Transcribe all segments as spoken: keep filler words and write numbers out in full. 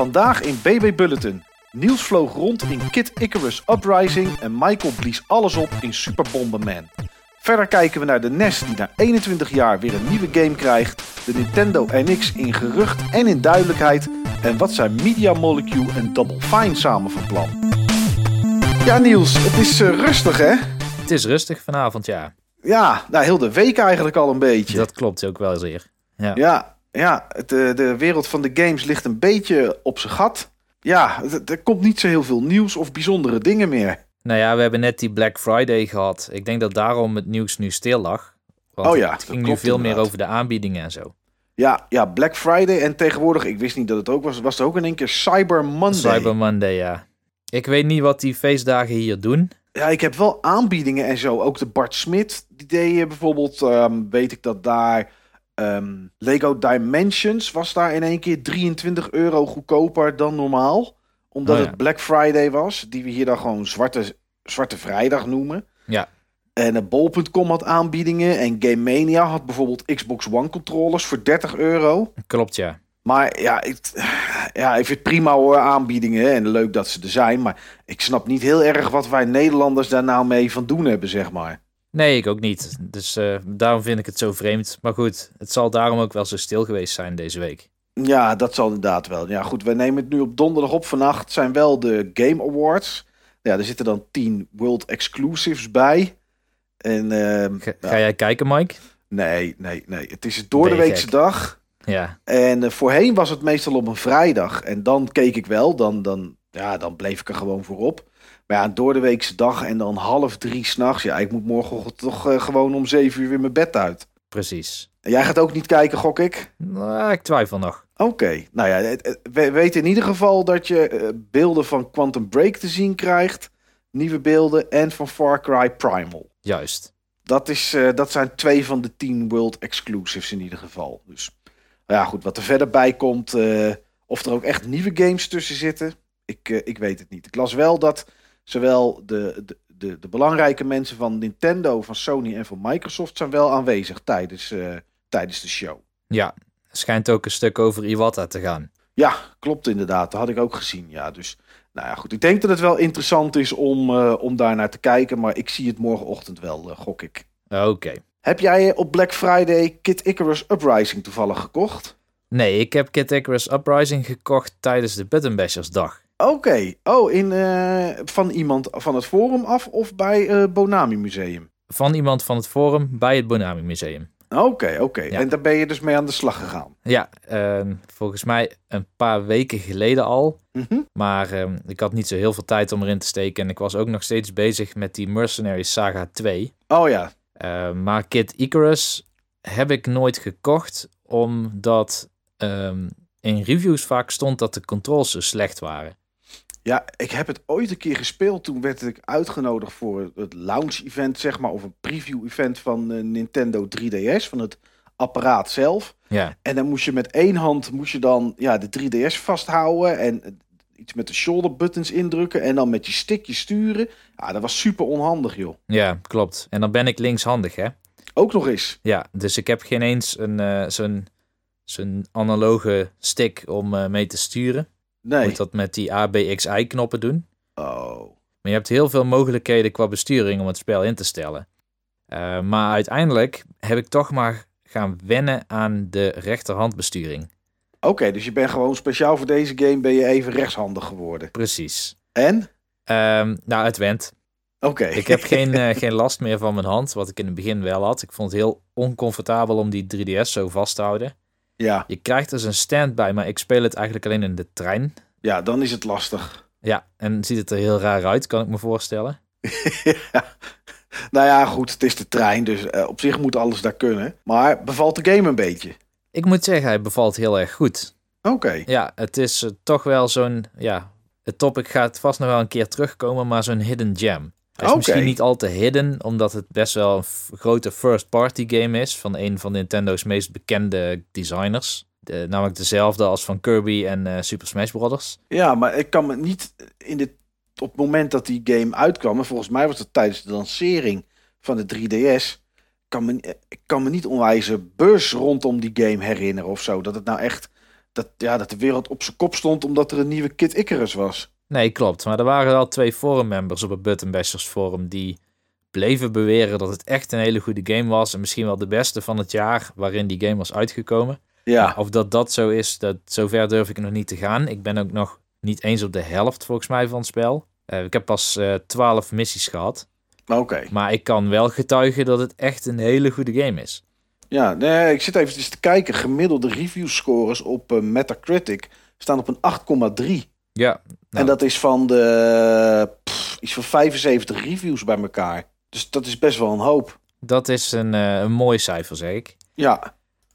Vandaag in B B Bulletin. Niels vloog rond in Kid Icarus Uprising en Michael blies alles op in Super Bomberman. Verder kijken we naar de N E S die na eenentwintig jaar weer een nieuwe game krijgt, de Nintendo N X in gerucht en in duidelijkheid en wat zijn Media Molecule en Double Fine samen van plan. Ja Niels, het is uh, rustig hè? Het is rustig vanavond, ja. Ja, nou heel de week eigenlijk al een beetje. Dat klopt ook wel zeer. Ja, ja, ja de, de wereld van de games ligt een beetje op zijn gat. Ja, er komt niet zo heel veel nieuws of bijzondere dingen meer. Nou ja, we hebben net die Black Friday gehad. Ik denk dat daarom het nieuws nu stil lag. Want oh ja, het ging nu veel inderdaad meer over de aanbiedingen en zo. Ja, ja, Black Friday en tegenwoordig, ik wist niet dat het ook was, was er ook in één keer Cyber Monday. Cyber Monday, ja. Ik weet niet wat die feestdagen hier doen. Ja, ik heb wel aanbiedingen en zo. Ook de Bart Smit, die deed bijvoorbeeld, um, weet ik dat daar... Um, Lego Dimensions was daar in één keer drieëntwintig euro goedkoper dan normaal. Omdat oh ja. het Black Friday was. Die we hier dan gewoon Zwarte, zwarte Vrijdag noemen. Ja. En uh, bol punt com had aanbiedingen. En Game Mania had bijvoorbeeld Xbox One controllers voor dertig euro. Klopt, ja. Maar ja, ik, ja, ik vind het prima hoor, aanbiedingen. En leuk dat ze er zijn. Maar ik snap niet heel erg wat wij Nederlanders daar nou mee van doen hebben, zeg maar. Nee, ik ook niet. Dus uh, daarom vind ik het zo vreemd. Maar goed, het zal daarom ook wel zo stil geweest zijn deze week. Ja, dat zal inderdaad wel. Ja, goed, we nemen het nu op donderdag op. Vannacht zijn wel de Game Awards. Ja, er zitten dan tien World Exclusives bij. En, uh, ga, ga jij kijken, Mike? Nee, nee, nee. Het is een doordeweekse dag. Ja. En uh, voorheen was het meestal op een vrijdag. En dan keek ik wel. Dan, dan, ja, dan bleef ik er gewoon voor op. Maar ja, een doordeweekse dag en dan half drie s'nachts. Ja, ik moet morgen toch uh, gewoon om zeven uur weer mijn bed uit. Precies. En jij gaat ook niet kijken, gok ik? Nou, ik twijfel nog. Oké. Okay. Nou ja, we weten in ieder geval dat je uh, beelden van Quantum Break te zien krijgt. Nieuwe beelden en van Far Cry Primal. Juist. Dat, is, uh, dat zijn twee van de tien World Exclusives in ieder geval. Dus nou ja, goed. Wat er verder bij komt. Uh, of er ook echt nieuwe games tussen zitten. Ik, uh, ik weet het niet. Ik las wel dat... Zowel de, de, de, de belangrijke mensen van Nintendo, van Sony en van Microsoft zijn wel aanwezig tijdens, uh, tijdens de show. Ja, er schijnt ook een stuk over Iwata te gaan. Ja, klopt inderdaad. Dat had ik ook gezien. Ja, dus, nou ja, goed. Ik denk dat het wel interessant is om, uh, om daar naar te kijken, maar ik zie het morgenochtend wel, uh, gok ik. Oké. Okay. Heb jij op Black Friday Kid Icarus Uprising toevallig gekocht? Nee, ik heb Kid Icarus Uprising gekocht tijdens de Button Bashers dag. Oké. Okay. Oh, in, uh, van iemand van het forum af of bij uh, Bonami Museum? Van iemand van het forum bij het Bonami Museum. Oké, okay, oké. Okay. Ja. En daar ben je dus mee aan de slag gegaan? Ja, uh, volgens mij een paar weken geleden al. Mm-hmm. Maar uh, ik had niet zo heel veel tijd om erin te steken. En ik was ook nog steeds bezig met die Mercenaries Saga twee. Oh ja. Uh, maar Kid Icarus heb ik nooit gekocht, omdat um, in reviews vaak stond dat de controls zo slecht waren. Ja, ik heb het ooit een keer gespeeld. Toen werd ik uitgenodigd voor het launch-event, zeg maar. Of een preview-event van uh, Nintendo drie D S. Van het apparaat zelf. Ja. En dan moest je met één hand moest je dan, ja, de drie D S vasthouden. En uh, iets met de shoulder buttons indrukken. En dan met je stickje sturen. Ja, dat was super onhandig, joh. Ja, klopt. En dan ben ik linkshandig, hè? Ook nog eens. Ja, dus ik heb geen eens een, uh, zo'n, zo'n analoge stick om uh, mee te sturen. Nee. Je moet dat met die A B X I knoppen doen. Oh. Maar je hebt heel veel mogelijkheden qua besturing om het spel in te stellen. Uh, maar uiteindelijk heb ik toch maar gaan wennen aan de rechterhandbesturing. Oké, okay, dus je bent gewoon speciaal voor deze game ben je even rechtshandig geworden. Precies. En? Um, nou, het went. Oké. Okay. Ik heb geen, uh, geen last meer van mijn hand, wat ik in het begin wel had. Ik vond het heel oncomfortabel om die drie D S zo vast te houden. Ja. Je krijgt dus een stand bij, maar ik speel het eigenlijk alleen in de trein. Ja, dan is het lastig. Ja, en ziet het er heel raar uit, kan ik me voorstellen. Ja. Nou ja, goed, het is de trein, dus uh, op zich moet alles daar kunnen. Maar bevalt de game een beetje? Ik moet zeggen, hij bevalt heel erg goed. Oké. Okay. Ja, het is uh, toch wel zo'n, ja, het topic gaat vast nog wel een keer terugkomen, maar zo'n hidden gem. Hij is okay. misschien niet al te hidden, omdat het best wel een f- grote first-party game is van een van Nintendo's meest bekende designers. De, namelijk dezelfde als van Kirby en uh, Super Smash Bros. Ja, maar ik kan me niet in dit, op het moment dat die game uitkwam, en volgens mij was dat tijdens de lancering van de drie D S, kan me, ik kan me niet onwijze buzz rondom die game herinneren of zo. Dat het nou echt dat, ja, dat de wereld op zijn kop stond omdat er een nieuwe Kid Icarus was. Nee, klopt. Maar er waren wel twee forum-members op het Button Bashers forum die bleven beweren dat het echt een hele goede game was. En misschien wel de beste van het jaar waarin die game was uitgekomen. Ja. Maar of dat dat zo is, dat, zover durf ik nog niet te gaan. Ik ben ook nog niet eens op de helft volgens mij van het spel. Uh, ik heb pas twaalf uh, missies gehad. Oké. Okay. Maar ik kan wel getuigen dat het echt een hele goede game is. Ja, nee, ik zit even te kijken. Gemiddelde review scores op uh, Metacritic staan op een acht komma drie. Ja. Nou. En dat is van de pff, iets van vijfenzeventig reviews bij elkaar. Dus dat is best wel een hoop. Dat is een, uh, een mooi cijfer, zeg ik. Ja.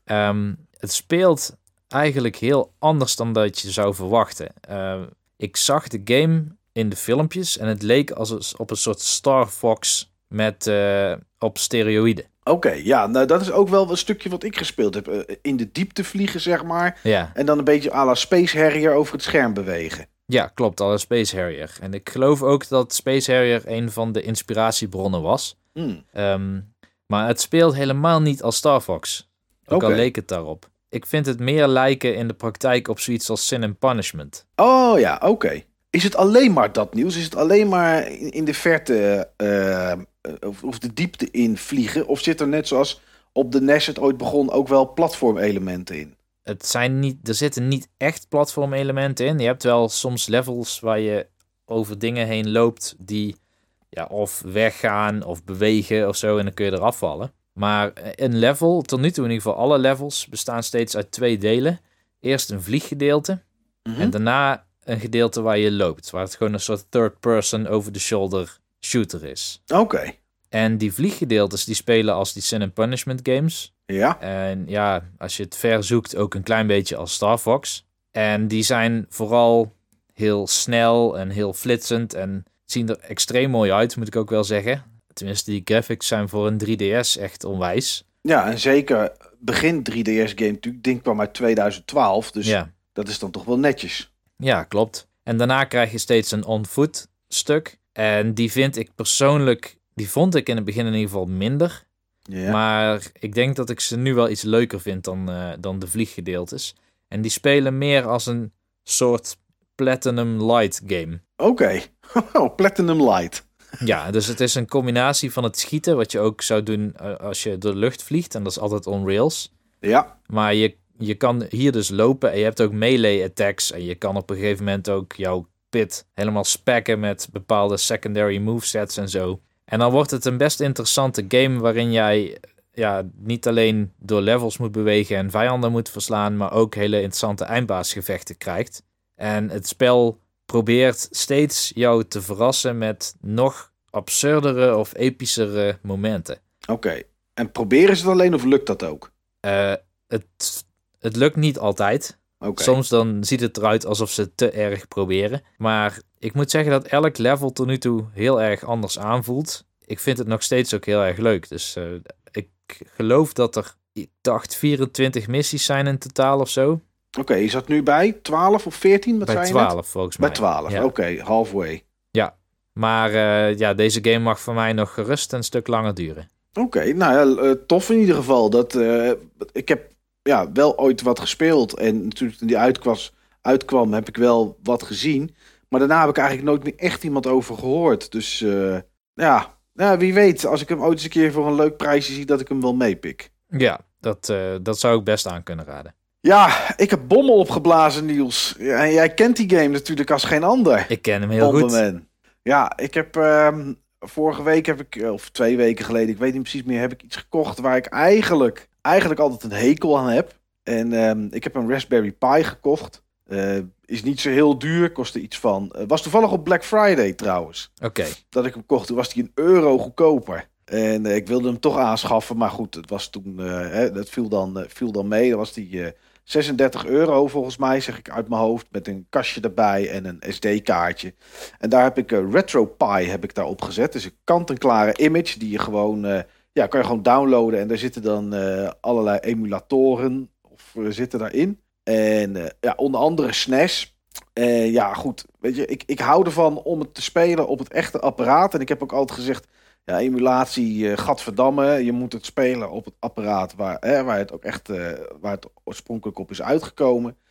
Um, het speelt eigenlijk heel anders dan dat je zou verwachten. Uh, ik zag de game in de filmpjes en het leek als op een soort Star Fox met uh, op steroïden. Oké, okay, ja, nou dat is ook wel een stukje wat ik gespeeld heb. Uh, in de diepte vliegen, zeg maar. Ja. En dan een beetje à la Space Harrier over het scherm bewegen. Ja, klopt, à la Space Harrier. En ik geloof ook dat Space Harrier een van de inspiratiebronnen was. Hmm. Um, maar het speelt helemaal niet als Star Fox. Ook okay. al leek het daarop. Ik vind het meer lijken in de praktijk op zoiets als Sin and Punishment. Oh ja, oké. Okay. Is het alleen maar dat nieuws? Is het alleen maar in de verte uh, of, of de diepte in vliegen? Of zit er net zoals op de N E S het ooit begon ook wel platformelementen in? Het zijn niet, er zitten niet echt platformelementen in. Je hebt wel soms levels waar je over dingen heen loopt die ja, of weggaan of bewegen of zo en dan kun je eraf vallen. Maar een level, tot nu toe in ieder geval alle levels, bestaan steeds uit twee delen. Eerst een vlieggedeelte mm-hmm. en daarna een gedeelte waar je loopt. Waar het gewoon een soort third-person over-the-shoulder shooter is. Oké. Okay. En die vlieggedeeltes die spelen als die Sin and Punishment games. Ja. En ja, als je het ver zoekt ook een klein beetje als Star Fox. En die zijn vooral heel snel en heel flitsend en zien er extreem mooi uit, moet ik ook wel zeggen. Tenminste, die graphics zijn voor een drie D S echt onwijs. Ja, en zeker begin drie D S-game natuurlijk. Ding kwam uit tweeduizend twaalf, dus ja. Dat is dan toch wel netjes. Ja, klopt. En daarna krijg je steeds een on-foot stuk. En die vind ik persoonlijk, die vond ik in het begin in ieder geval minder. Ja. Maar ik denk dat ik ze nu wel iets leuker vind dan, uh, dan de vlieggedeeltes. En die spelen meer als een soort Platinum Light game. Oké, okay. Platinum Light. Ja, dus het is een combinatie van het schieten, wat je ook zou doen als je door de lucht vliegt. En dat is altijd on rails. Ja. Maar je, je kan hier dus lopen en je hebt ook melee attacks. En je kan op een gegeven moment ook jouw pit helemaal spekken met bepaalde secondary movesets en zo. En dan wordt het een best interessante game waarin jij ja, niet alleen door levels moet bewegen en vijanden moet verslaan, maar ook hele interessante eindbaasgevechten krijgt. En het spel probeert steeds jou te verrassen met nog absurdere of epischere momenten. Oké, okay. En proberen ze het alleen of lukt dat ook? Uh, het, het lukt niet altijd. Okay. Soms dan ziet het eruit alsof ze te erg proberen. Maar ik moet zeggen dat elk level tot nu toe heel erg anders aanvoelt. Ik vind het nog steeds ook heel erg leuk. Dus uh, ik geloof dat er, ik dacht, vierentwintig missies zijn in totaal of zo. Oké, okay, je zat nu bij twaalf of veertien? Wat bij zei je twaalf net? Volgens mij. Bij twaalf, ja. Oké, okay, halfway. Ja, maar uh, ja, deze game mag voor mij nog gerust een stuk langer duren. Oké, okay, nou ja, uh, tof in ieder geval. Dat, uh, ik heb ja, wel ooit wat gespeeld en natuurlijk toen die uitkwam, uitkwam heb ik wel wat gezien. Maar daarna heb ik eigenlijk nooit meer echt iemand over gehoord. Dus uh, ja, ja, wie weet, als ik hem ooit eens een keer voor een leuk prijsje zie, dat ik hem wel meepik. Ja, dat, uh, dat zou ik best aan kunnen raden. Ja, ik heb Bommel opgeblazen, Niels. Ja, en jij kent die game natuurlijk als geen ander. Ik ken hem heel Bomberman. goed. Ja, ik heb uh, vorige week heb ik, of twee weken geleden, ik weet niet precies meer, heb ik iets gekocht waar ik eigenlijk, eigenlijk altijd een hekel aan heb. En uh, ik heb een Raspberry Pi gekocht. Uh, is niet zo heel duur, kostte iets van... Uh, was toevallig op Black Friday trouwens. Oké. Okay. Dat ik hem kocht, toen was hij een euro goedkoper. En uh, ik wilde hem toch aanschaffen, maar goed, het was toen, uh, hè, dat viel dan, uh, viel dan mee. Dan was die uh, zesendertig euro volgens mij, zeg ik uit mijn hoofd, met een kastje erbij en een S D-kaartje. En daar heb ik uh, RetroPie heb ik daarop gezet. Dus een kant-en-klare image die je gewoon, uh, ja, kan je gewoon downloaden. En daar zitten dan uh, allerlei emulatoren of uh, zitten daarin. En uh, ja, onder andere S N E S. Uh, ja, goed, weet je, ik, ik hou ervan om het te spelen op het echte apparaat. En ik heb ook altijd gezegd, ja, emulatie, uh, gadverdamme, je moet het spelen op het apparaat waar, hè, waar het ook echt, uh, waar het oorspronkelijk op is uitgekomen.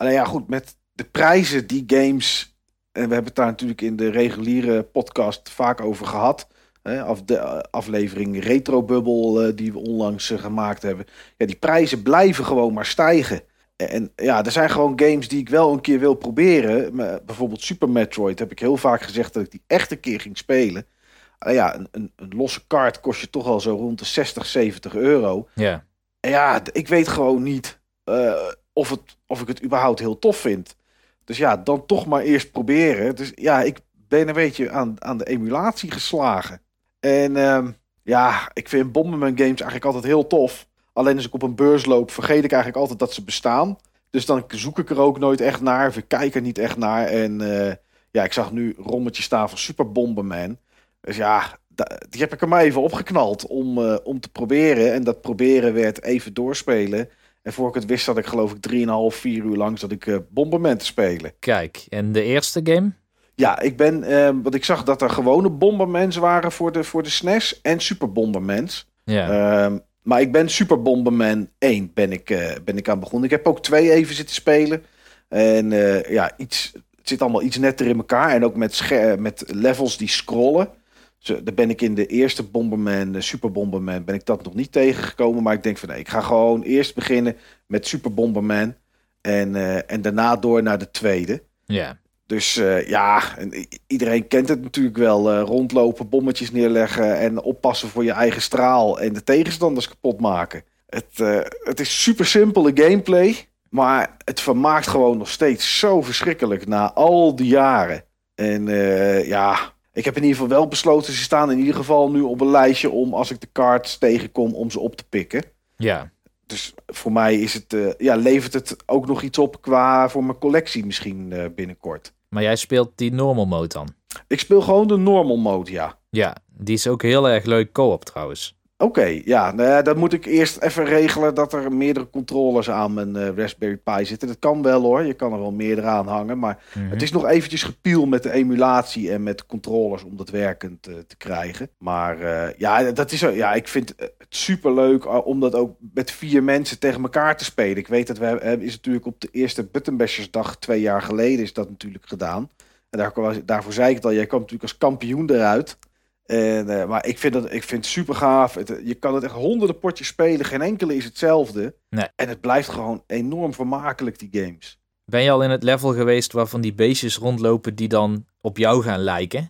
Alleen ja, goed, met de prijzen die games... En we hebben het daar natuurlijk in de reguliere podcast vaak over gehad. Hè, af de uh, aflevering Retro Bubble uh, die we onlangs uh, gemaakt hebben. Ja, die prijzen blijven gewoon maar stijgen. En ja, er zijn gewoon games die ik wel een keer wil proberen. Bijvoorbeeld Super Metroid heb ik heel vaak gezegd dat ik die echt een keer ging spelen. Uh, ja, een, een, een losse kaart kost je toch al zo rond de zestig, zeventig euro. Ja. En ja, ik weet gewoon niet uh, of, het, of ik het überhaupt heel tof vind. Dus ja, dan toch maar eerst proberen. Dus ja, ik ben een beetje aan, aan de emulatie geslagen. En uh, ja, ik vind Bomberman games eigenlijk altijd heel tof. Alleen als ik op een beurs loop, vergeet ik eigenlijk altijd dat ze bestaan. Dus dan zoek ik er ook nooit echt naar. Of ik kijk er niet echt naar. En uh, ja, ik zag nu rommeltjes staan van Super Bomberman. Dus ja, die heb ik er maar even opgeknald om, uh, om te proberen. En dat proberen werd even doorspelen. En voor ik het wist zat ik geloof ik drieënhalf, vier uur lang zat ik uh, Bomberman te spelen. Kijk, en de eerste game? Ja, ik ben, uh, want ik zag dat er gewone Bombermans waren voor de, voor de S N E S en Super Bombermans. Ja. Uh, maar ik ben Super Bomberman één ben ik, uh, ben ik aan begonnen. Ik heb ook twee even zitten spelen. En uh, ja, iets, het zit allemaal iets netter in elkaar. En ook met, scher- met levels die scrollen. Dus, daar ben ik in de eerste Bomberman, Super Bomberman, ben ik dat nog niet tegengekomen. Maar ik denk van nee, ik ga gewoon eerst beginnen met Super Bomberman. En, uh, en daarna door naar de tweede. Ja. Dus uh, ja, en iedereen kent het natuurlijk wel. Uh, rondlopen, bommetjes neerleggen en oppassen voor je eigen straal. En de tegenstanders kapot maken. Het, uh, het is super simpele gameplay. Maar het vermaakt gewoon nog steeds zo verschrikkelijk na al die jaren. En uh, ja... Ik heb in ieder geval wel besloten, ze staan in ieder geval nu op een lijstje om als ik de cards tegenkom om ze op te pikken. Ja. Dus voor mij is het, uh, ja, levert het ook nog iets op qua voor mijn collectie misschien uh, binnenkort. Maar jij speelt die normal mode dan? Ik speel gewoon de normal mode, ja. Ja, die is ook heel erg leuk co-op trouwens. Oké, okay, ja, nou ja, dan moet ik eerst even regelen dat er meerdere controllers aan mijn uh, Raspberry Pi zitten. Dat kan wel hoor, je kan er wel meerdere aan hangen. Maar mm-hmm. Het is nog eventjes gepiel met de emulatie en met controllers om dat werkend uh, te krijgen. Maar uh, ja, dat is, ja, ik vind het superleuk uh, om dat ook met vier mensen tegen elkaar te spelen. Ik weet dat we uh, is natuurlijk op de eerste Buttonbashersdag twee jaar geleden is dat natuurlijk gedaan. En daar, daarvoor zei ik het al, jij kwam natuurlijk als kampioen eruit. En, uh, maar ik vind, dat, ik vind het super gaaf. Het, je kan het echt honderden potjes spelen. Geen enkele is hetzelfde. Nee. En het blijft gewoon enorm vermakelijk, die games. Ben je al in het level geweest waarvan die beestjes rondlopen die dan op jou gaan lijken?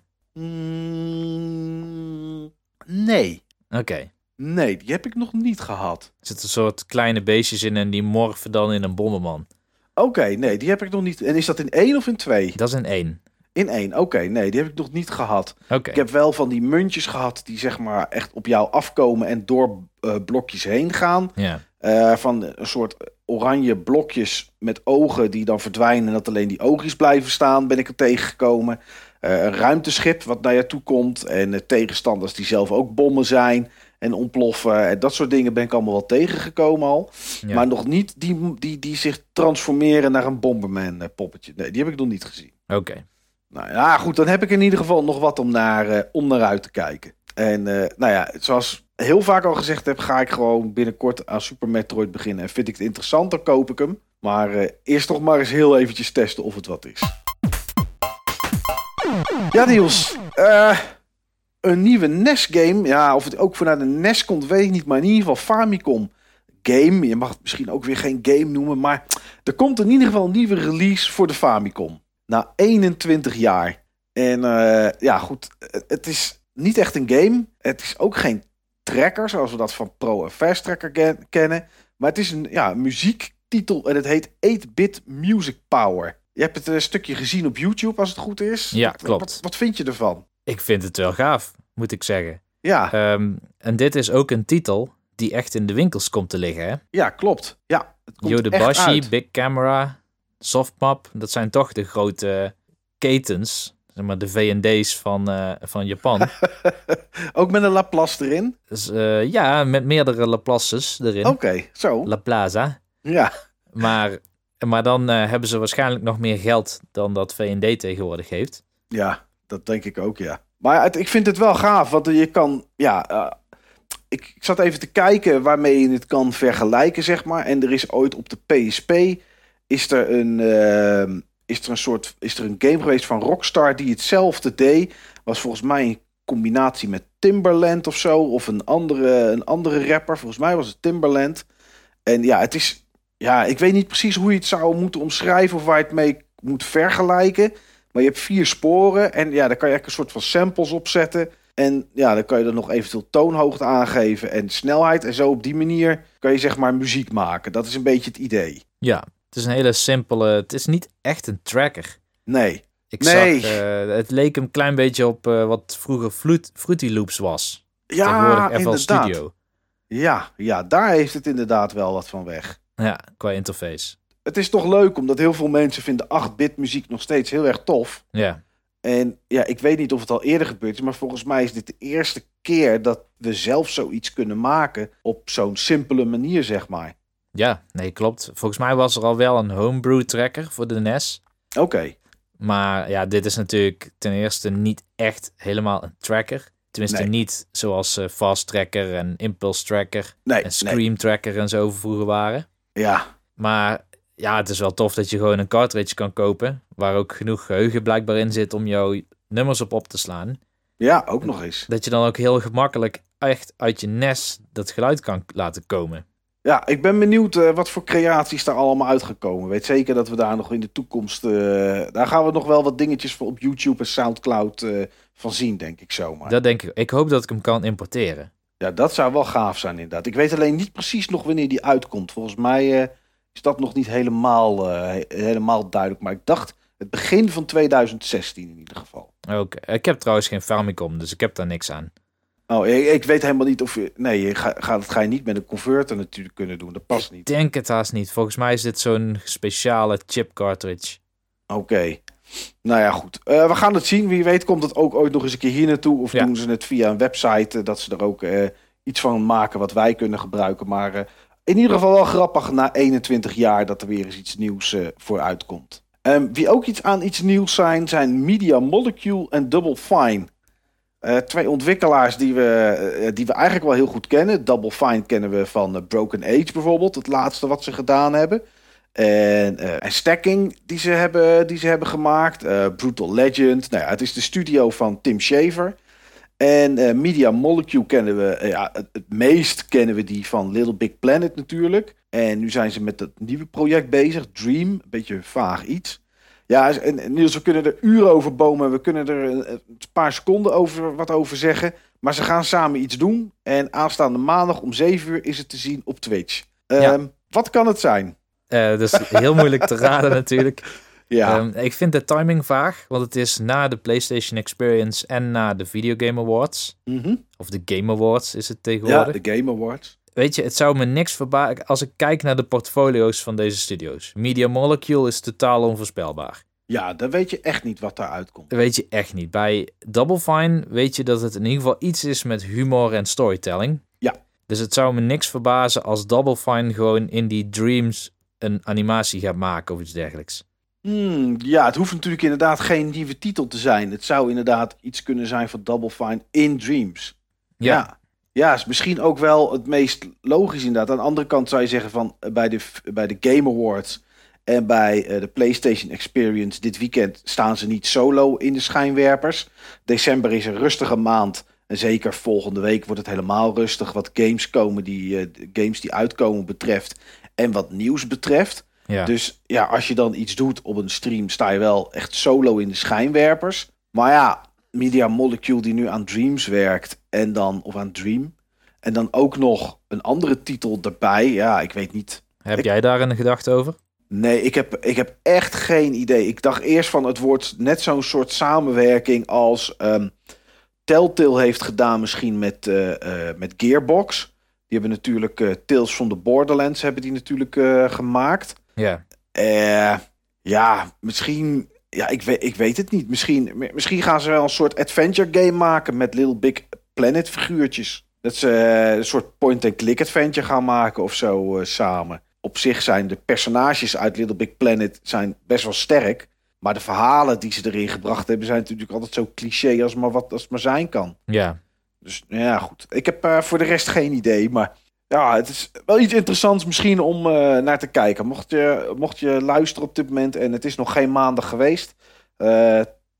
Mm, nee. Oké. Okay. Nee, die heb ik nog niet gehad. Er zitten een soort kleine beestjes in en die morfen dan in een bomberman. Oké, okay, nee, die heb ik nog niet. En is dat in één of in twee? Dat is in één. In één, oké. Okay, nee, die heb ik nog niet gehad. Okay. Ik heb wel van die muntjes gehad die zeg maar echt op jou afkomen en door uh, blokjes heen gaan. Ja. Uh, van een soort oranje blokjes met ogen die dan verdwijnen en dat alleen die oogjes blijven staan, ben ik er tegengekomen. Uh, een ruimteschip wat naar je toe komt en uh, tegenstanders die zelf ook bommen zijn en ontploffen. En dat soort dingen ben ik allemaal wel tegengekomen al. Ja. Maar nog niet die, die, die zich transformeren naar een Bomberman uh, poppetje. Nee, die heb ik nog niet gezien. Oké. Okay. Nou ja, goed, dan heb ik in ieder geval nog wat om naar, uh, om naar uit te kijken. En uh, nou ja, zoals heel vaak al gezegd heb, ga ik gewoon binnenkort aan Super Metroid beginnen. En vind ik het interessant, dan koop ik hem. Maar uh, eerst nog maar eens heel eventjes testen of het wat is. Ja, Niels. Uh, een nieuwe N E S-game. Ja, of het ook vanuit de N E S komt, weet ik niet. Maar in ieder geval Famicom game. Je mag het misschien ook weer geen game noemen. Maar er komt in ieder geval een nieuwe release voor de Famicom. Na eenentwintig jaar. En uh, ja, goed. Het is niet echt een game. Het is ook geen tracker, zoals we dat van Pro en Fast Tracker ken- kennen. Maar het is een ja, muziektitel en het heet eight-bit Music Power. Je hebt het een stukje gezien op YouTube, als het goed is. Ja, wat, klopt. Wat, wat vind je ervan? Ik vind het wel gaaf, moet ik zeggen. Ja. Um, en dit is ook een titel die echt in de winkels komt te liggen, hè? Ja, klopt. Ja, het komt Yodobashi, echt Big Camera, Softmap. Dat zijn toch de grote ketens, zeg maar de V en D's van, uh, van Japan. Ook met een Laplace erin? Dus, uh, ja, met meerdere Laplaces erin. Oké, okay, zo. La Plaza. Ja. Maar, maar dan uh, hebben ze waarschijnlijk nog meer geld dan dat V en D tegenwoordig heeft. Ja, dat denk ik ook, ja. Maar het, ik vind het wel gaaf, want je kan... ja, uh, ik, ik zat even te kijken waarmee je het kan vergelijken, zeg maar. En er is ooit op de P S P... is er een, uh, is er een soort is er een game geweest van Rockstar die hetzelfde deed. Was volgens mij een combinatie met Timbaland of zo. Of een andere, een andere rapper. Volgens mij was het Timbaland. En ja, het is... Ja, ik weet niet precies hoe je het zou moeten omschrijven of waar je het mee moet vergelijken. Maar je hebt vier sporen en ja, daar kan je eigenlijk een soort van samples op zetten. En ja, dan kan je er nog eventueel toonhoogte aangeven en snelheid. En zo op die manier kan je zeg maar muziek maken. Dat is een beetje het idee. Ja, het is een hele simpele... Het is niet echt een tracker. Nee. Ik nee. zag... Uh, het leek een klein beetje op uh, wat vroeger Fruit, Fruity Loops was. Ja, F L Studio. Ja, ja, daar heeft het inderdaad wel wat van weg. Ja, qua interface. Het is toch leuk, omdat heel veel mensen vinden acht-bit muziek nog steeds heel erg tof. Ja. En ja, ik weet niet of het al eerder gebeurd is, maar volgens mij is dit de eerste keer dat we zelf zoiets kunnen maken op zo'n simpele manier, zeg maar. Ja, nee, klopt. Volgens mij was er al wel een homebrew tracker voor de N E S. Oké. Okay. Maar ja, dit is natuurlijk ten eerste niet echt helemaal een tracker. Tenminste nee. niet zoals uh, Fast Tracker en Impulse Tracker nee, en Scream nee. Tracker en zo vroeger waren. Ja. Maar ja, het is wel tof dat je gewoon een cartridge kan kopen waar ook genoeg geheugen blijkbaar in zit om jouw nummers op op te slaan. Ja, ook nog eens. Dat je dan ook heel gemakkelijk echt uit je N E S dat geluid kan laten komen. Ja, ik ben benieuwd uh, wat voor creaties daar allemaal uitgekomen. Weet zeker dat we daar nog in de toekomst... Uh, daar gaan we nog wel wat dingetjes voor op YouTube en Soundcloud uh, van zien, denk ik zomaar. Dat denk ik. Ik hoop dat ik hem kan importeren. Ja, dat zou wel gaaf zijn inderdaad. Ik weet alleen niet precies nog wanneer die uitkomt. Volgens mij uh, is dat nog niet helemaal, uh, helemaal duidelijk. Maar ik dacht het begin van tweeduizend zestien in ieder geval. Oké. Okay. Ik heb trouwens geen Famicom, dus ik heb daar niks aan. Oh, ik, ik weet helemaal niet of je... Nee, je ga, ga, dat ga je niet met een converter natuurlijk kunnen doen. Dat past niet. Ik denk het haast niet. Volgens mij is dit zo'n speciale chip cartridge. Oké. Okay. Nou ja, goed. Uh, we gaan het zien. Wie weet komt het ook ooit nog eens een keer hier naartoe. Of ja. doen ze het via een website. Uh, dat ze er ook uh, iets van maken wat wij kunnen gebruiken. Maar uh, in ieder geval wel grappig na eenentwintig jaar dat er weer eens iets nieuws uh, voor uitkomt. Um, wie ook iets aan iets nieuws zijn, zijn Media Molecule en Double Fine. Uh, twee ontwikkelaars die we, uh, die we eigenlijk wel heel goed kennen. Double Fine kennen we van uh, Broken Age bijvoorbeeld. Het laatste wat ze gedaan hebben. En, uh, en Stacking die ze hebben, die ze hebben gemaakt. Uh, Brutal Legend. Nou ja, het is de studio van Tim Schafer. En uh, Media Molecule kennen we... Uh, ja, het, het meest kennen we die van Little Big Planet natuurlijk. En nu zijn ze met dat nieuwe project bezig. Dream. Een beetje vaag iets. Ja, en Niels, we kunnen er uren over bomen. We kunnen er een paar seconden over wat over zeggen. Maar ze gaan samen iets doen. En aanstaande maandag om zeven uur is het te zien op Twitch. Um, ja. Wat kan het zijn? Uh, dat is heel moeilijk te raden natuurlijk. Ja. Um, ik vind de timing vaag. Want het is na de PlayStation Experience en na de Video Game Awards. Mm-hmm. Of de Game Awards is het tegenwoordig. Ja, de Game Awards. Weet je, het zou me niks verbazen als ik kijk naar de portfolio's van deze studio's. Media Molecule is totaal onvoorspelbaar. Ja, dan weet je echt niet wat daaruit komt. Dat weet je echt niet. Bij Double Fine weet je dat het in ieder geval iets is met humor en storytelling. Ja. Dus het zou me niks verbazen als Double Fine gewoon in die Dreams een animatie gaat maken of iets dergelijks. Hmm, ja, het hoeft natuurlijk inderdaad geen nieuwe titel te zijn. Het zou inderdaad iets kunnen zijn van Double Fine in Dreams. Ja. Ja. Ja, is misschien ook wel het meest logisch inderdaad. Aan de andere kant zou je zeggen van bij de, bij de Game Awards en bij uh, de PlayStation Experience dit weekend staan ze niet solo in de schijnwerpers. December is een rustige maand. En zeker volgende week wordt het helemaal rustig wat games komen die, uh, games die uitkomen betreft. En wat nieuws betreft. Ja. Dus ja, als je dan iets doet op een stream, sta je wel echt solo in de schijnwerpers. Maar ja, Media Molecule die nu aan Dreams werkt en dan, of aan Dream. En dan ook nog een andere titel erbij. Ja, ik weet niet. Heb ik, jij daar een gedachte over? Nee, ik heb, ik heb echt geen idee. Ik dacht eerst van het wordt net zo'n soort samenwerking als um, Telltale heeft gedaan misschien met, uh, uh, met Gearbox. Die hebben natuurlijk uh, Tales from the Borderlands hebben die natuurlijk uh, gemaakt. Ja. Uh, ja, misschien... Ja, ik weet, ik weet het niet. Misschien, misschien gaan ze wel een soort adventure game maken met Little Big Planet figuurtjes. Dat ze uh, een soort point-and-click adventure gaan maken of zo uh, samen. Op zich zijn de personages uit Little Big Planet zijn best wel sterk. Maar de verhalen die ze erin gebracht hebben zijn natuurlijk altijd zo cliché als maar wat als het maar zijn kan. Ja. Dus ja, goed. Ik heb uh, voor de rest geen idee. Maar Ja, het is wel iets interessants misschien om uh, naar te kijken. Mocht je, mocht je luisteren op dit moment en het is nog geen maandag geweest. Uh,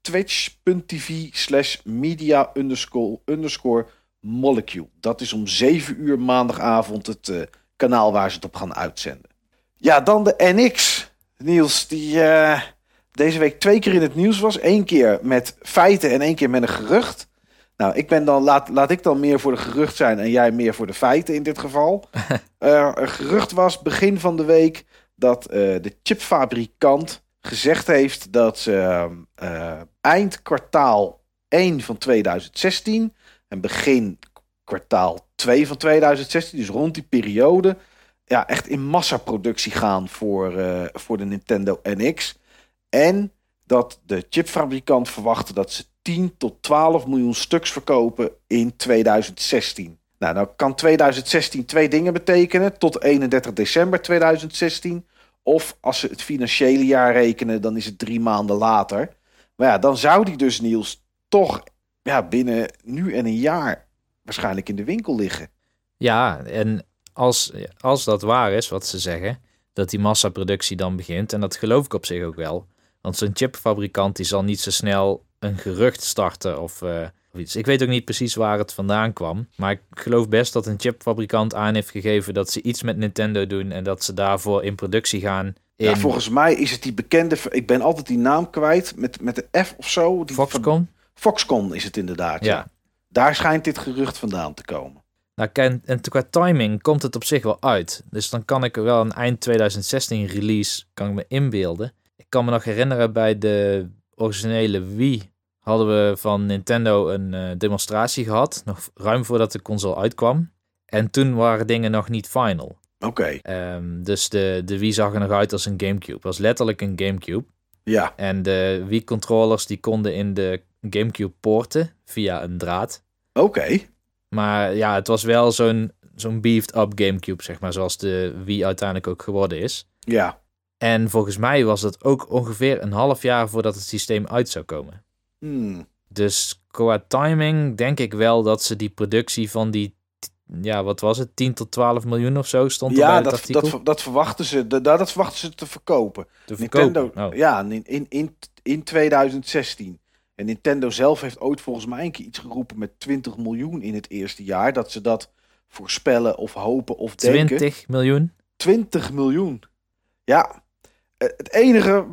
Twitch.tv slash media underscore, underscore molecule. Dat is om zeven uur maandagavond het uh, kanaal waar ze het op gaan uitzenden. Ja, dan de N X. Niels, die uh, deze week twee keer in het nieuws was. Eén keer met feiten en één keer met een gerucht. Nou, ik ben dan, laat, laat ik dan meer voor de gerucht zijn en jij meer voor de feiten in dit geval. uh, een gerucht was begin van de week dat uh, de chipfabrikant gezegd heeft dat ze uh, eind kwartaal één van tweeduizend zestien en begin kwartaal twee van tweeduizend zestien, dus rond die periode, ja, echt in massaproductie gaan voor, uh, voor de Nintendo N X. En dat de chipfabrikant verwachtte dat ze tien tot twaalf miljoen stuks verkopen in tweeduizend zestien. Nou, nou kan tweeduizend zestien twee dingen betekenen. Tot eenendertig december tweeduizend zestien. Of als ze het financiële jaar rekenen, dan is het drie maanden later. Maar ja, dan zou die dus, Niels, toch ja, binnen nu en een jaar waarschijnlijk in de winkel liggen. Ja, en als, als dat waar is, wat ze zeggen, dat die massaproductie dan begint, en dat geloof ik op zich ook wel. Want zo'n chipfabrikant die zal niet zo snel een gerucht starten of, uh, of iets. Ik weet ook niet precies waar het vandaan kwam. Maar ik geloof best dat een chipfabrikant aan heeft gegeven dat ze iets met Nintendo doen en dat ze daarvoor in productie gaan. In... Ja, volgens mij is het die bekende, ik ben altijd die naam kwijt, met, met de F of zo. Die Foxconn? Van... Foxconn is het inderdaad, ja. ja. Daar schijnt dit gerucht vandaan te komen. Nou, en qua timing komt het op zich wel uit. Dus dan kan ik wel een eind tweeduizend zestien release kan ik me inbeelden. Ik kan me nog herinneren bij de originele Wii hadden we van Nintendo een uh, demonstratie gehad. Nog ruim voordat de console uitkwam. En toen waren dingen nog niet final. Oké. Okay. Um, dus de, de Wii zag er nog uit als een Gamecube. Het was letterlijk een Gamecube. Ja. En de Wii-controllers die konden in de Gamecube poorten via een draad. Oké. Okay. Maar ja, het was wel zo'n, zo'n beefed-up Gamecube, zeg maar. Zoals de Wii uiteindelijk ook geworden is. Ja. En volgens mij was het ook ongeveer een half jaar voordat het systeem uit zou komen. Hmm. Dus qua timing denk ik wel dat ze die productie van die, ja, wat was het, tien tot twaalf miljoen of zo stond er ja, bij het dat, artikel. dat, dat verwachten ze. Dat, dat verwachten ze te verkopen. Te verkopen? Nintendo, oh. Ja, in, in, in, in tweeduizend zestien. En Nintendo zelf heeft ooit volgens mij een keer iets geroepen met twintig miljoen in het eerste jaar. Dat ze dat voorspellen of hopen of denken. twintig miljoen? twintig miljoen. Ja, het enige,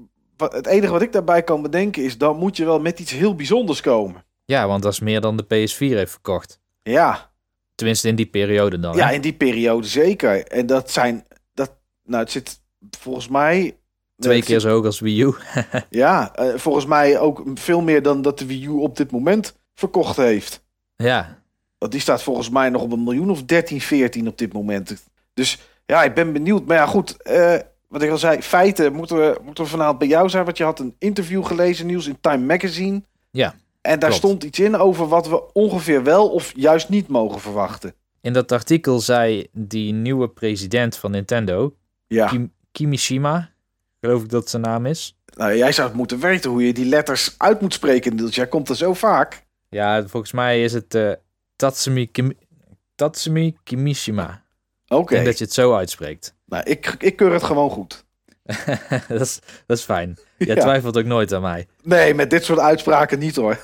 het enige wat ik daarbij kan bedenken is, dan moet je wel met iets heel bijzonders komen. Ja, want dat is meer dan de P S vier heeft verkocht. Ja. Tenminste in die periode dan. Ja, hè? in die periode zeker. En dat zijn, dat, nou het zit volgens mij... Twee keer zo hoog als Wii U. Ja, uh, volgens mij ook veel meer dan dat de Wii U op dit moment verkocht heeft. Ja. Want die staat volgens mij nog op een miljoen of dertien, veertien op dit moment. Dus ja, ik ben benieuwd. Maar ja, goed... Uh, Wat ik al zei, feiten moeten we, moeten we vanavond bij jou zijn. Want je had een interview gelezen, Niels, in Time Magazine. Ja, en daar klopt. stond iets in over wat we ongeveer wel of juist niet mogen verwachten. In dat artikel zei die nieuwe president van Nintendo, ja. Kim- Kimishima, geloof ik dat zijn naam is. Nou, jij zou het moeten weten hoe je die letters uit moet spreken, Niels. Jij komt er zo vaak. Ja, volgens mij is het uh, Tatsumi, Kim- Tatsumi Kimishima. Oké. Okay. Ik denk dat je het zo uitspreekt. Nou, ik, ik keur het gewoon goed. dat, is, dat is fijn. Jij ja. twijfelt ook nooit aan mij. Nee, met dit soort uitspraken niet hoor.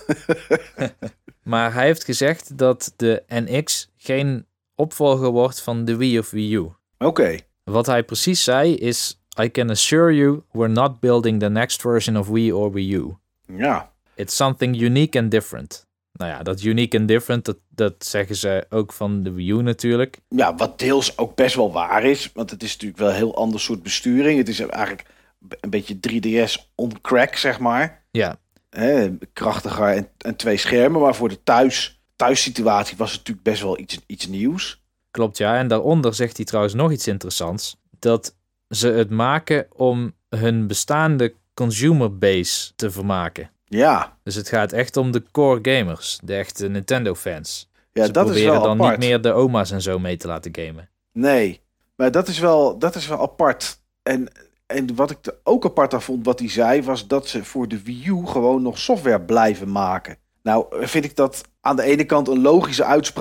Maar hij heeft gezegd dat de N X geen opvolger wordt van de Wii of Wii U. Oké. Okay. Wat hij precies zei is... I can assure you we're not building the next version of Wii or Wii U. Ja. It's something unique and different. Nou ja, dat unique and different, dat, dat zeggen ze ook van de Wii U natuurlijk. Ja, wat deels ook best wel waar is. Want het is natuurlijk wel een heel ander soort besturing. Het is eigenlijk een beetje drie D S on crack, zeg maar. Ja. He, krachtiger en, en twee schermen. Maar voor de thuis, thuissituatie was het natuurlijk best wel iets, iets nieuws. Klopt, ja. En daaronder zegt hij trouwens nog iets interessants. Dat ze het maken om hun bestaande consumer base te vermaken. Ja. Dus het gaat echt om de core gamers, de echte Nintendo fans. Ja, ze dat proberen is wel dan apart. niet meer de oma's en zo mee te laten gamen. Nee, maar dat is wel, dat is wel apart. En, en wat ik er ook apart aan vond, wat hij zei, was dat ze voor de Wii U gewoon nog software blijven maken. Nou, vind ik dat aan de ene kant een logische uitspraak.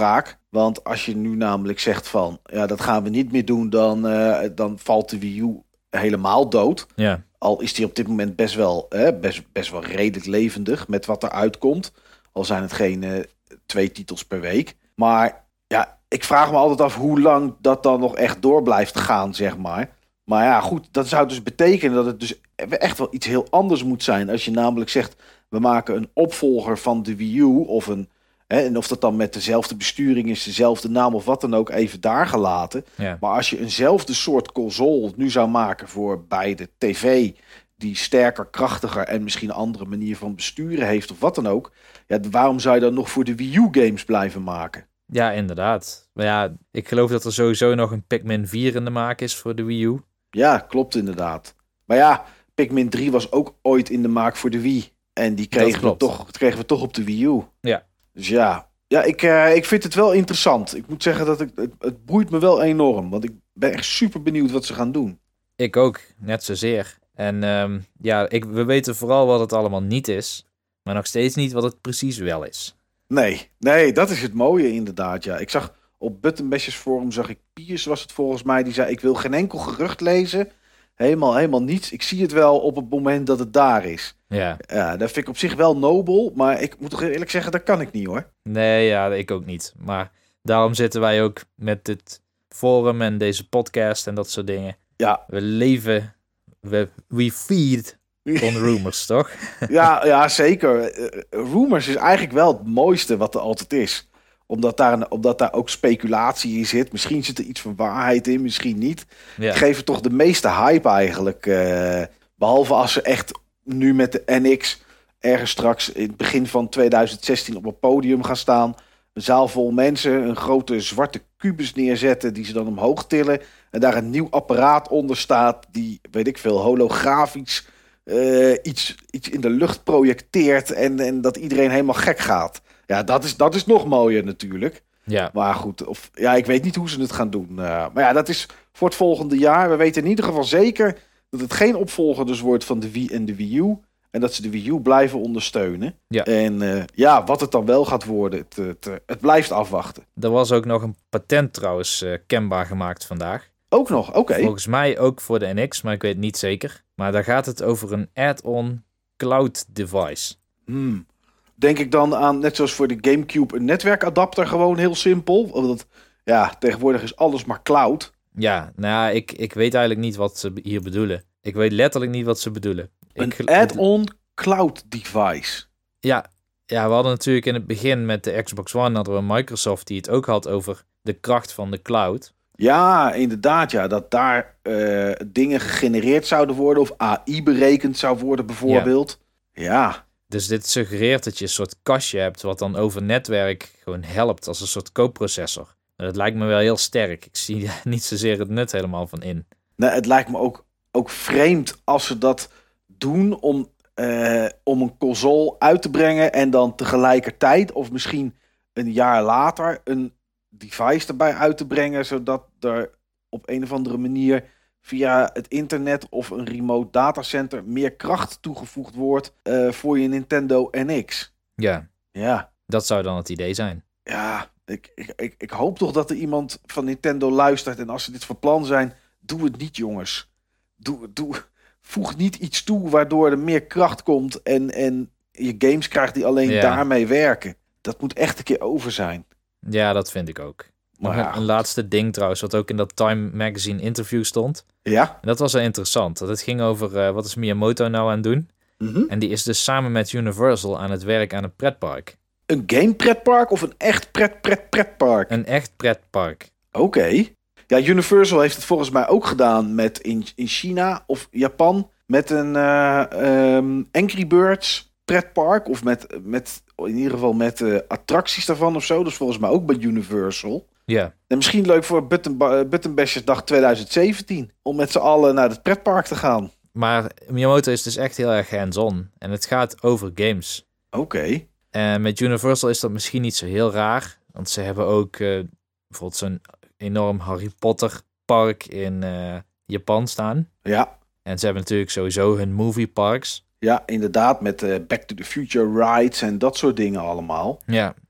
Want als je nu namelijk zegt van, ja, dat gaan we niet meer doen, dan, uh, dan valt de Wii U helemaal dood. Ja. Al is die op dit moment best wel, hè, best, best wel redelijk levendig met wat er uitkomt. Al zijn het geen uh, twee titels per week. Maar ja, ik vraag me altijd af hoe lang dat dan nog echt door blijft gaan, zeg maar. Maar ja, goed, dat zou dus betekenen dat het dus echt wel iets heel anders moet zijn. Als je namelijk zegt, we maken een opvolger van de Wii U of een... Hè, en of dat dan met dezelfde besturing is, dezelfde naam of wat dan ook, even daar gelaten. Ja. Maar als je eenzelfde soort console nu zou maken voor beide tv, die sterker, krachtiger en misschien een andere manier van besturen heeft of wat dan ook. Ja, waarom zou je dan nog voor de Wii U games blijven maken? Ja, inderdaad. Maar ja, ik geloof dat er sowieso nog een Pikmin vier in de maak is voor de Wii U. Ja, klopt inderdaad. Maar ja, Pikmin drie was ook ooit in de maak voor de Wii. En die kregen, we toch, kregen we toch op de Wii U. Ja. Dus ja, ja ik, uh, ik vind het wel interessant. Ik moet zeggen dat ik, het, het boeit me wel enorm. Want ik ben echt super benieuwd wat ze gaan doen. Ik ook, net zozeer. En um, ja, ik, we weten vooral wat het allemaal niet is. Maar nog steeds niet wat het precies wel is. Nee, nee, dat is het mooie inderdaad. Ja. Ik zag op Button Bashers Forum, zag ik Piers, was het volgens mij, die zei, ik wil geen enkel gerucht lezen. Helemaal, helemaal niets. Ik zie het wel op het moment dat het daar is. Ja. Ja, dat vind ik op zich wel nobel, maar ik moet toch eerlijk zeggen, dat kan ik niet hoor. Nee, ja, ik ook niet. Maar daarom zitten wij ook met dit forum en deze podcast en dat soort dingen. Ja. We leven, we, we feed on rumors, toch? Ja, ja, zeker. Uh, rumors is eigenlijk wel het mooiste wat er altijd is. Omdat daar, omdat daar ook speculatie in zit. Misschien zit er iets van waarheid in, misschien niet. Ja. Geven toch de meeste hype eigenlijk. Uh, behalve als ze echt nu met de N X ergens straks in het begin van tweeduizend zestien op een podium gaan staan. Een zaal vol mensen, een grote zwarte kubus neerzetten die ze dan omhoog tillen. En daar een nieuw apparaat onder staat die, weet ik veel, holografisch uh, iets, iets in de lucht projecteert. En, en dat iedereen helemaal gek gaat. Ja, dat is, dat is nog mooier natuurlijk. Ja. Maar goed, of, ja, ik weet niet hoe ze het gaan doen. Uh, maar ja, dat is voor het volgende jaar. We weten in ieder geval zeker dat het geen opvolger dus wordt van de Wii en de Wii U. En dat ze de Wii U blijven ondersteunen. Ja. En uh, ja, wat het dan wel gaat worden, het, het, het blijft afwachten. Er was ook nog een patent trouwens uh, kenbaar gemaakt vandaag. Ook nog, oké. Okay. Volgens mij ook voor de N X, maar ik weet niet zeker. Maar daar gaat het over een add-on cloud device. Hmm. Denk ik dan aan, net zoals voor de GameCube, een netwerkadapter, gewoon heel simpel. Want ja, tegenwoordig is alles maar cloud. Ja, nou, ik, ik weet eigenlijk niet wat ze hier bedoelen. Ik weet letterlijk niet wat ze bedoelen. Een ik, add-on cloud device. Ja, ja, we hadden natuurlijk in het begin met de Xbox One hadden we Microsoft die het ook had over de kracht van de cloud. Ja, inderdaad, ja. Dat daar uh, dingen gegenereerd zouden worden of A I berekend zou worden bijvoorbeeld. Ja. ja. Dus dit suggereert dat je een soort kastje hebt wat dan over netwerk gewoon helpt als een soort coprocessor. Dat lijkt me wel heel sterk. Ik zie niet zozeer het nut helemaal van in. Nee, het lijkt me ook, ook vreemd als ze dat doen om, uh, om een console uit te brengen en dan tegelijkertijd of misschien een jaar later een device erbij uit te brengen, zodat er op een of andere manier via het internet of een remote datacenter meer kracht toegevoegd wordt uh, voor je Nintendo N X. Ja. Ja. Dat zou dan het idee zijn. Ja, ik, ik, ik, ik hoop toch dat er iemand van Nintendo luistert en als ze dit van plan zijn, doe het niet, jongens. Doe, doe, voeg niet iets toe waardoor er meer kracht komt en, en je games krijgt die alleen ja. daarmee werken. Dat moet echt een keer over zijn. Ja, dat vind ik ook. Nog ja, een, een laatste ding trouwens, wat ook in dat Time Magazine interview stond. Ja? En dat was wel interessant. Dat het ging over uh, wat is Miyamoto nou aan het doen. Mm-hmm. En die is dus samen met Universal aan het werk aan een pretpark. Een game pretpark of een echt pret pret pretpark? Een echt pretpark. Oké. Okay. Ja, Universal heeft het volgens mij ook gedaan met in, in China of Japan met een uh, um, Angry Birds pretpark of met, met in ieder geval met uh, attracties daarvan of zo. Dus volgens mij ook bij Universal. Ja. En misschien leuk voor Button, Button Bashers dag tweeduizend zeventien om met z'n allen naar het pretpark te gaan. Maar Miyamoto is dus echt heel erg hands-on en het gaat over games. Oké. Okay. En met Universal is dat misschien niet zo heel raar, want ze hebben ook uh, bijvoorbeeld zo'n enorm Harry Potter park in uh, Japan staan. Ja. En ze hebben natuurlijk sowieso hun movie parks. Ja, inderdaad, met uh, Back to the Future rides en dat soort dingen allemaal. Ja,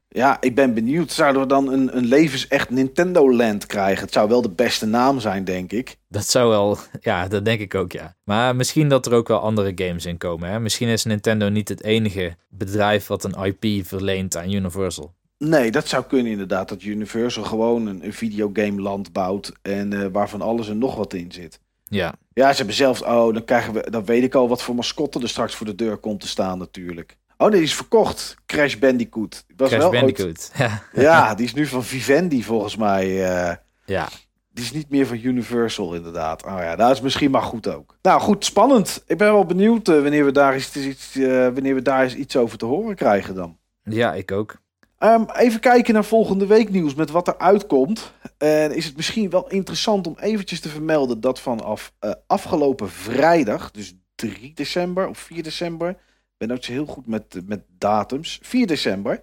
Ja, ik ben benieuwd. Zouden we dan een, een levensecht Nintendo Land krijgen? Het zou wel de beste naam zijn, denk ik. Dat zou wel... Ja, dat denk ik ook, ja. Maar misschien dat er ook wel andere games in komen. Hè? Misschien is Nintendo niet het enige bedrijf wat een I P verleent aan Universal. Nee, dat zou kunnen inderdaad. Dat Universal gewoon een, een videogame land bouwt. En uh, waarvan alles en nog wat in zit. Ja. Ja, ze hebben zelfs... Oh, dan krijgen we... Dan weet ik al wat voor mascotte er straks voor de deur komt te staan natuurlijk. Oh nee, die is verkocht. Crash Bandicoot. Was Crash wel Bandicoot, ooit... ja. Ja, die is nu van Vivendi volgens mij. Uh... Ja. Die is niet meer van Universal inderdaad. Oh ja, dat is misschien maar goed ook. Nou goed, spannend. Ik ben wel benieuwd uh, wanneer, we daar eens, iets, uh, wanneer we daar eens iets over te horen krijgen dan. Ja, ik ook. Um, even kijken naar volgende week nieuws met wat er uitkomt. En is het misschien wel interessant om eventjes te vermelden dat vanaf uh, afgelopen vrijdag, dus drie december of vier december, ik ben ook zo heel goed met, met datums, vier december,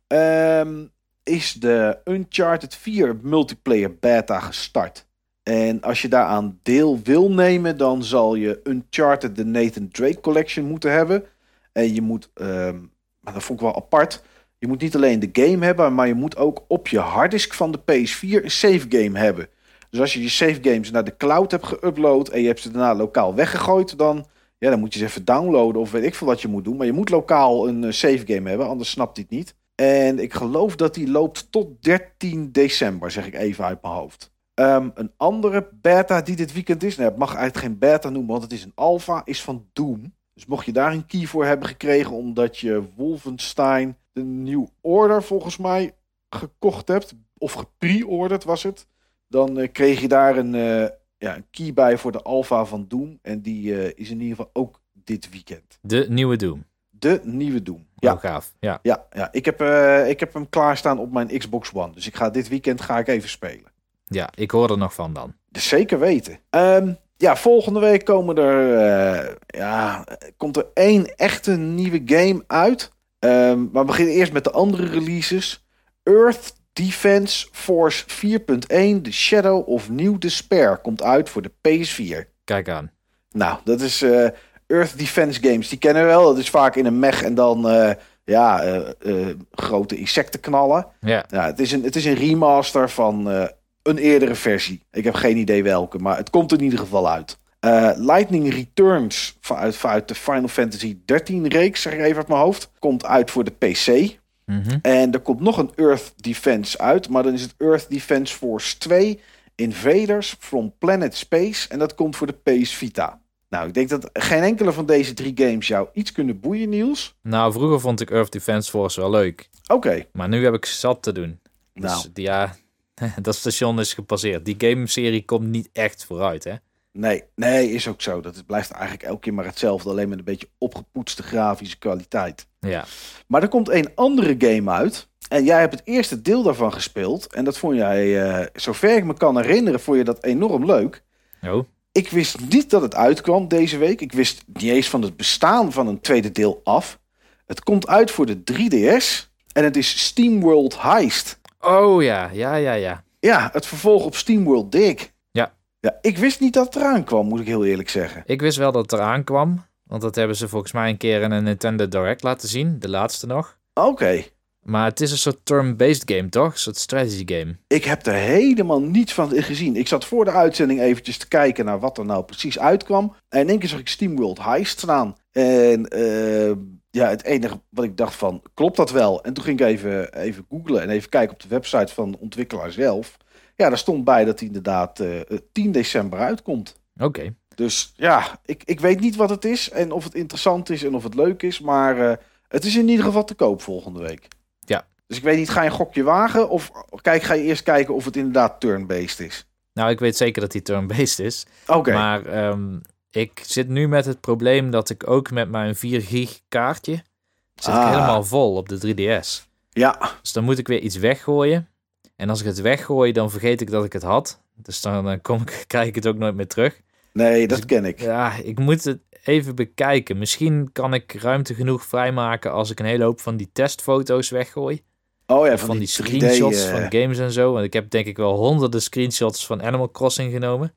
um, is de Uncharted vier multiplayer beta gestart. En als je daaraan deel wil nemen, dan zal je Uncharted The Nathan Drake Collection moeten hebben. En je moet, um, maar dat vond ik wel apart, je moet niet alleen de game hebben, maar je moet ook op je harddisk van de P S vier een save game hebben. Dus als je je save games naar de cloud hebt geüpload en je hebt ze daarna lokaal weggegooid, dan, ja, dan moet je ze even downloaden of weet ik veel wat je moet doen. Maar je moet lokaal een uh, save game hebben, anders snapt hij het niet. En ik geloof dat die loopt tot dertien december, zeg ik even uit mijn hoofd. Um, een andere beta die dit weekend is, nou, het mag eigenlijk geen beta noemen, want het is een alpha, is van Doom. Dus mocht je daar een key voor hebben gekregen omdat je Wolfenstein de New Order volgens mij gekocht hebt, of gepre-orderd was het, dan uh, kreeg je daar een, uh, ja, een key bij voor de alpha van Doom. En die uh, is in ieder geval ook dit weekend. De nieuwe Doom. De nieuwe Doom. Ja, oh, gaaf. Ja, ja, ja. Ik, heb, uh, ik heb hem klaarstaan op mijn Xbox One. Dus ik ga dit weekend ga ik even spelen. Ja, ik hoor er nog van dan. Dus zeker weten. Um, ja, volgende week komen er, uh, ja, komt er één echte nieuwe game uit. Um, maar we beginnen eerst met de andere releases. Earth Defense Force vier punt één, The Shadow of New Despair, komt uit voor de P S vier. Kijk aan. Nou, dat is uh, Earth Defense games. Die kennen we wel. Dat is vaak in een mech en dan uh, ja, uh, uh, grote insecten knallen. Ja. Ja, het, is een, het is een remaster van uh, een eerdere versie. Ik heb geen idee welke, maar het komt in ieder geval uit. Uh, Lightning Returns vanuit, vanuit de Final Fantasy dertien reeks, zeg ik even uit mijn hoofd, komt uit voor de P C. Mm-hmm. En er komt nog een Earth Defense uit, maar dan is het Earth Defense Force twee Invaders from Planet Space en dat komt voor de P S Vita. Nou, ik denk dat geen enkele van deze drie games jou iets kunnen boeien, Niels. Nou, vroeger vond ik Earth Defense Force wel leuk. Oké. Okay. Maar nu heb ik zat te doen. Dus nou. die, ja, dat station is gepasseerd. Die game-serie komt niet echt vooruit, hè? Nee, nee, is ook zo. Dat blijft eigenlijk elke keer maar hetzelfde. Alleen met een beetje opgepoetste grafische kwaliteit. Ja. Maar er komt een andere game uit. En jij hebt het eerste deel daarvan gespeeld. En dat vond jij, uh, zover ik me kan herinneren, vond je dat enorm leuk. Oh. Ik wist niet dat het uitkwam deze week. Ik wist niet eens van het bestaan van een tweede deel af. Het komt uit voor de drie D S. En het is SteamWorld Heist. Oh ja, ja, ja, ja. Ja, het vervolg op SteamWorld Dig. Ja. Ja, ik wist niet dat het eraan kwam, moet ik heel eerlijk zeggen. Ik wist wel dat het eraan kwam. Want dat hebben ze volgens mij een keer in een Nintendo Direct laten zien. De laatste nog. Oké. Okay. Maar het is een soort turn-based game, toch? Een soort strategy game. Ik heb er helemaal niets van gezien. Ik zat voor de uitzending eventjes te kijken naar wat er nou precies uitkwam. En in één keer zag ik SteamWorld Heist staan. En uh, ja, het enige wat ik dacht van, klopt dat wel? En toen ging ik even, even googlen en even kijken op de website van de ontwikkelaar zelf. Ja, daar stond bij dat hij inderdaad uh, tien december uitkomt. Oké. Okay. Dus ja, ik, ik weet niet wat het is en of het interessant is en of het leuk is. Maar uh, het is in ieder geval te koop volgende week. Ja. Dus ik weet niet, ga je een gokje wagen? Of kijk, ga je eerst kijken of het inderdaad turn-based is? Nou, ik weet zeker dat die turn-based is. Oké. Okay. Maar um, ik zit nu met het probleem dat ik ook met mijn vier gig kaartje zit ah. ik helemaal vol op de drie D S. Ja. Dus dan moet ik weer iets weggooien. En als ik het weggooi, dan vergeet ik dat ik het had. Dus dan, dan kom ik, krijg ik het ook nooit meer terug. Nee, dat dus ken ik. Ja, ik moet het even bekijken. Misschien kan ik ruimte genoeg vrijmaken als ik een hele hoop van die testfoto's weggooi. Oh ja, van, van die, die screenshots drie D, uh... van games en zo. Want ik heb denk ik wel honderden screenshots van Animal Crossing genomen.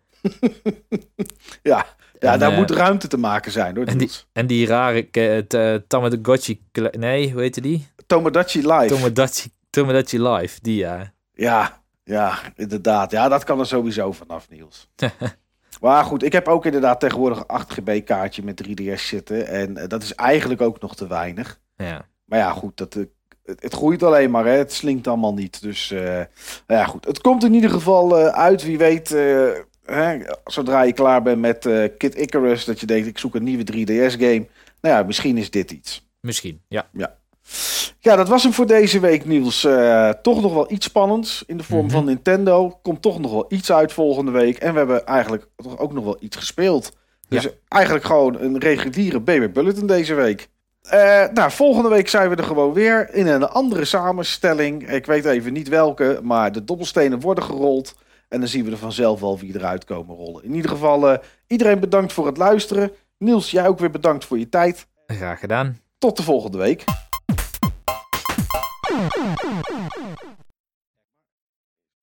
ja, ja en, daar uh, moet ruimte te maken zijn, hoor. En die, en die rare uh, Tamagotchi... Nee, hoe heette die? Tomodachi Live. Tomodachi, Tomodachi Live, die ja. Ja, ja, inderdaad. Ja, dat kan er sowieso vanaf, Niels. Maar goed, ik heb ook inderdaad tegenwoordig een acht gigabyte kaartje met drie D S zitten. En uh, dat is eigenlijk ook nog te weinig. Ja. Maar ja, goed, dat, uh, het, het groeit alleen maar. Hè? Het slinkt allemaal niet. Dus uh, nou ja, goed. Het komt in ieder geval uh, uit. Wie weet, uh, hè, zodra je klaar bent met uh, Kid Icarus, dat je denkt, ik zoek een nieuwe drie D S game. Nou ja, misschien is dit iets. Misschien, ja. Ja. Ja, dat was hem voor deze week, Niels. Uh, toch nog wel iets spannends in de vorm mm-hmm. van Nintendo. Komt toch nog wel iets uit volgende week. En we hebben eigenlijk toch ook nog wel iets gespeeld. Dus ja. eigenlijk gewoon een reguliere B B Bulletin deze week. Uh, nou, volgende week zijn we er gewoon weer in een andere samenstelling. Ik weet even niet welke, maar de dobbelstenen worden gerold. En dan zien we er vanzelf wel wie eruit komen rollen. In ieder geval, uh, iedereen bedankt voor het luisteren. Niels, jij ook weer bedankt voor je tijd. Graag gedaan. Tot de volgende week.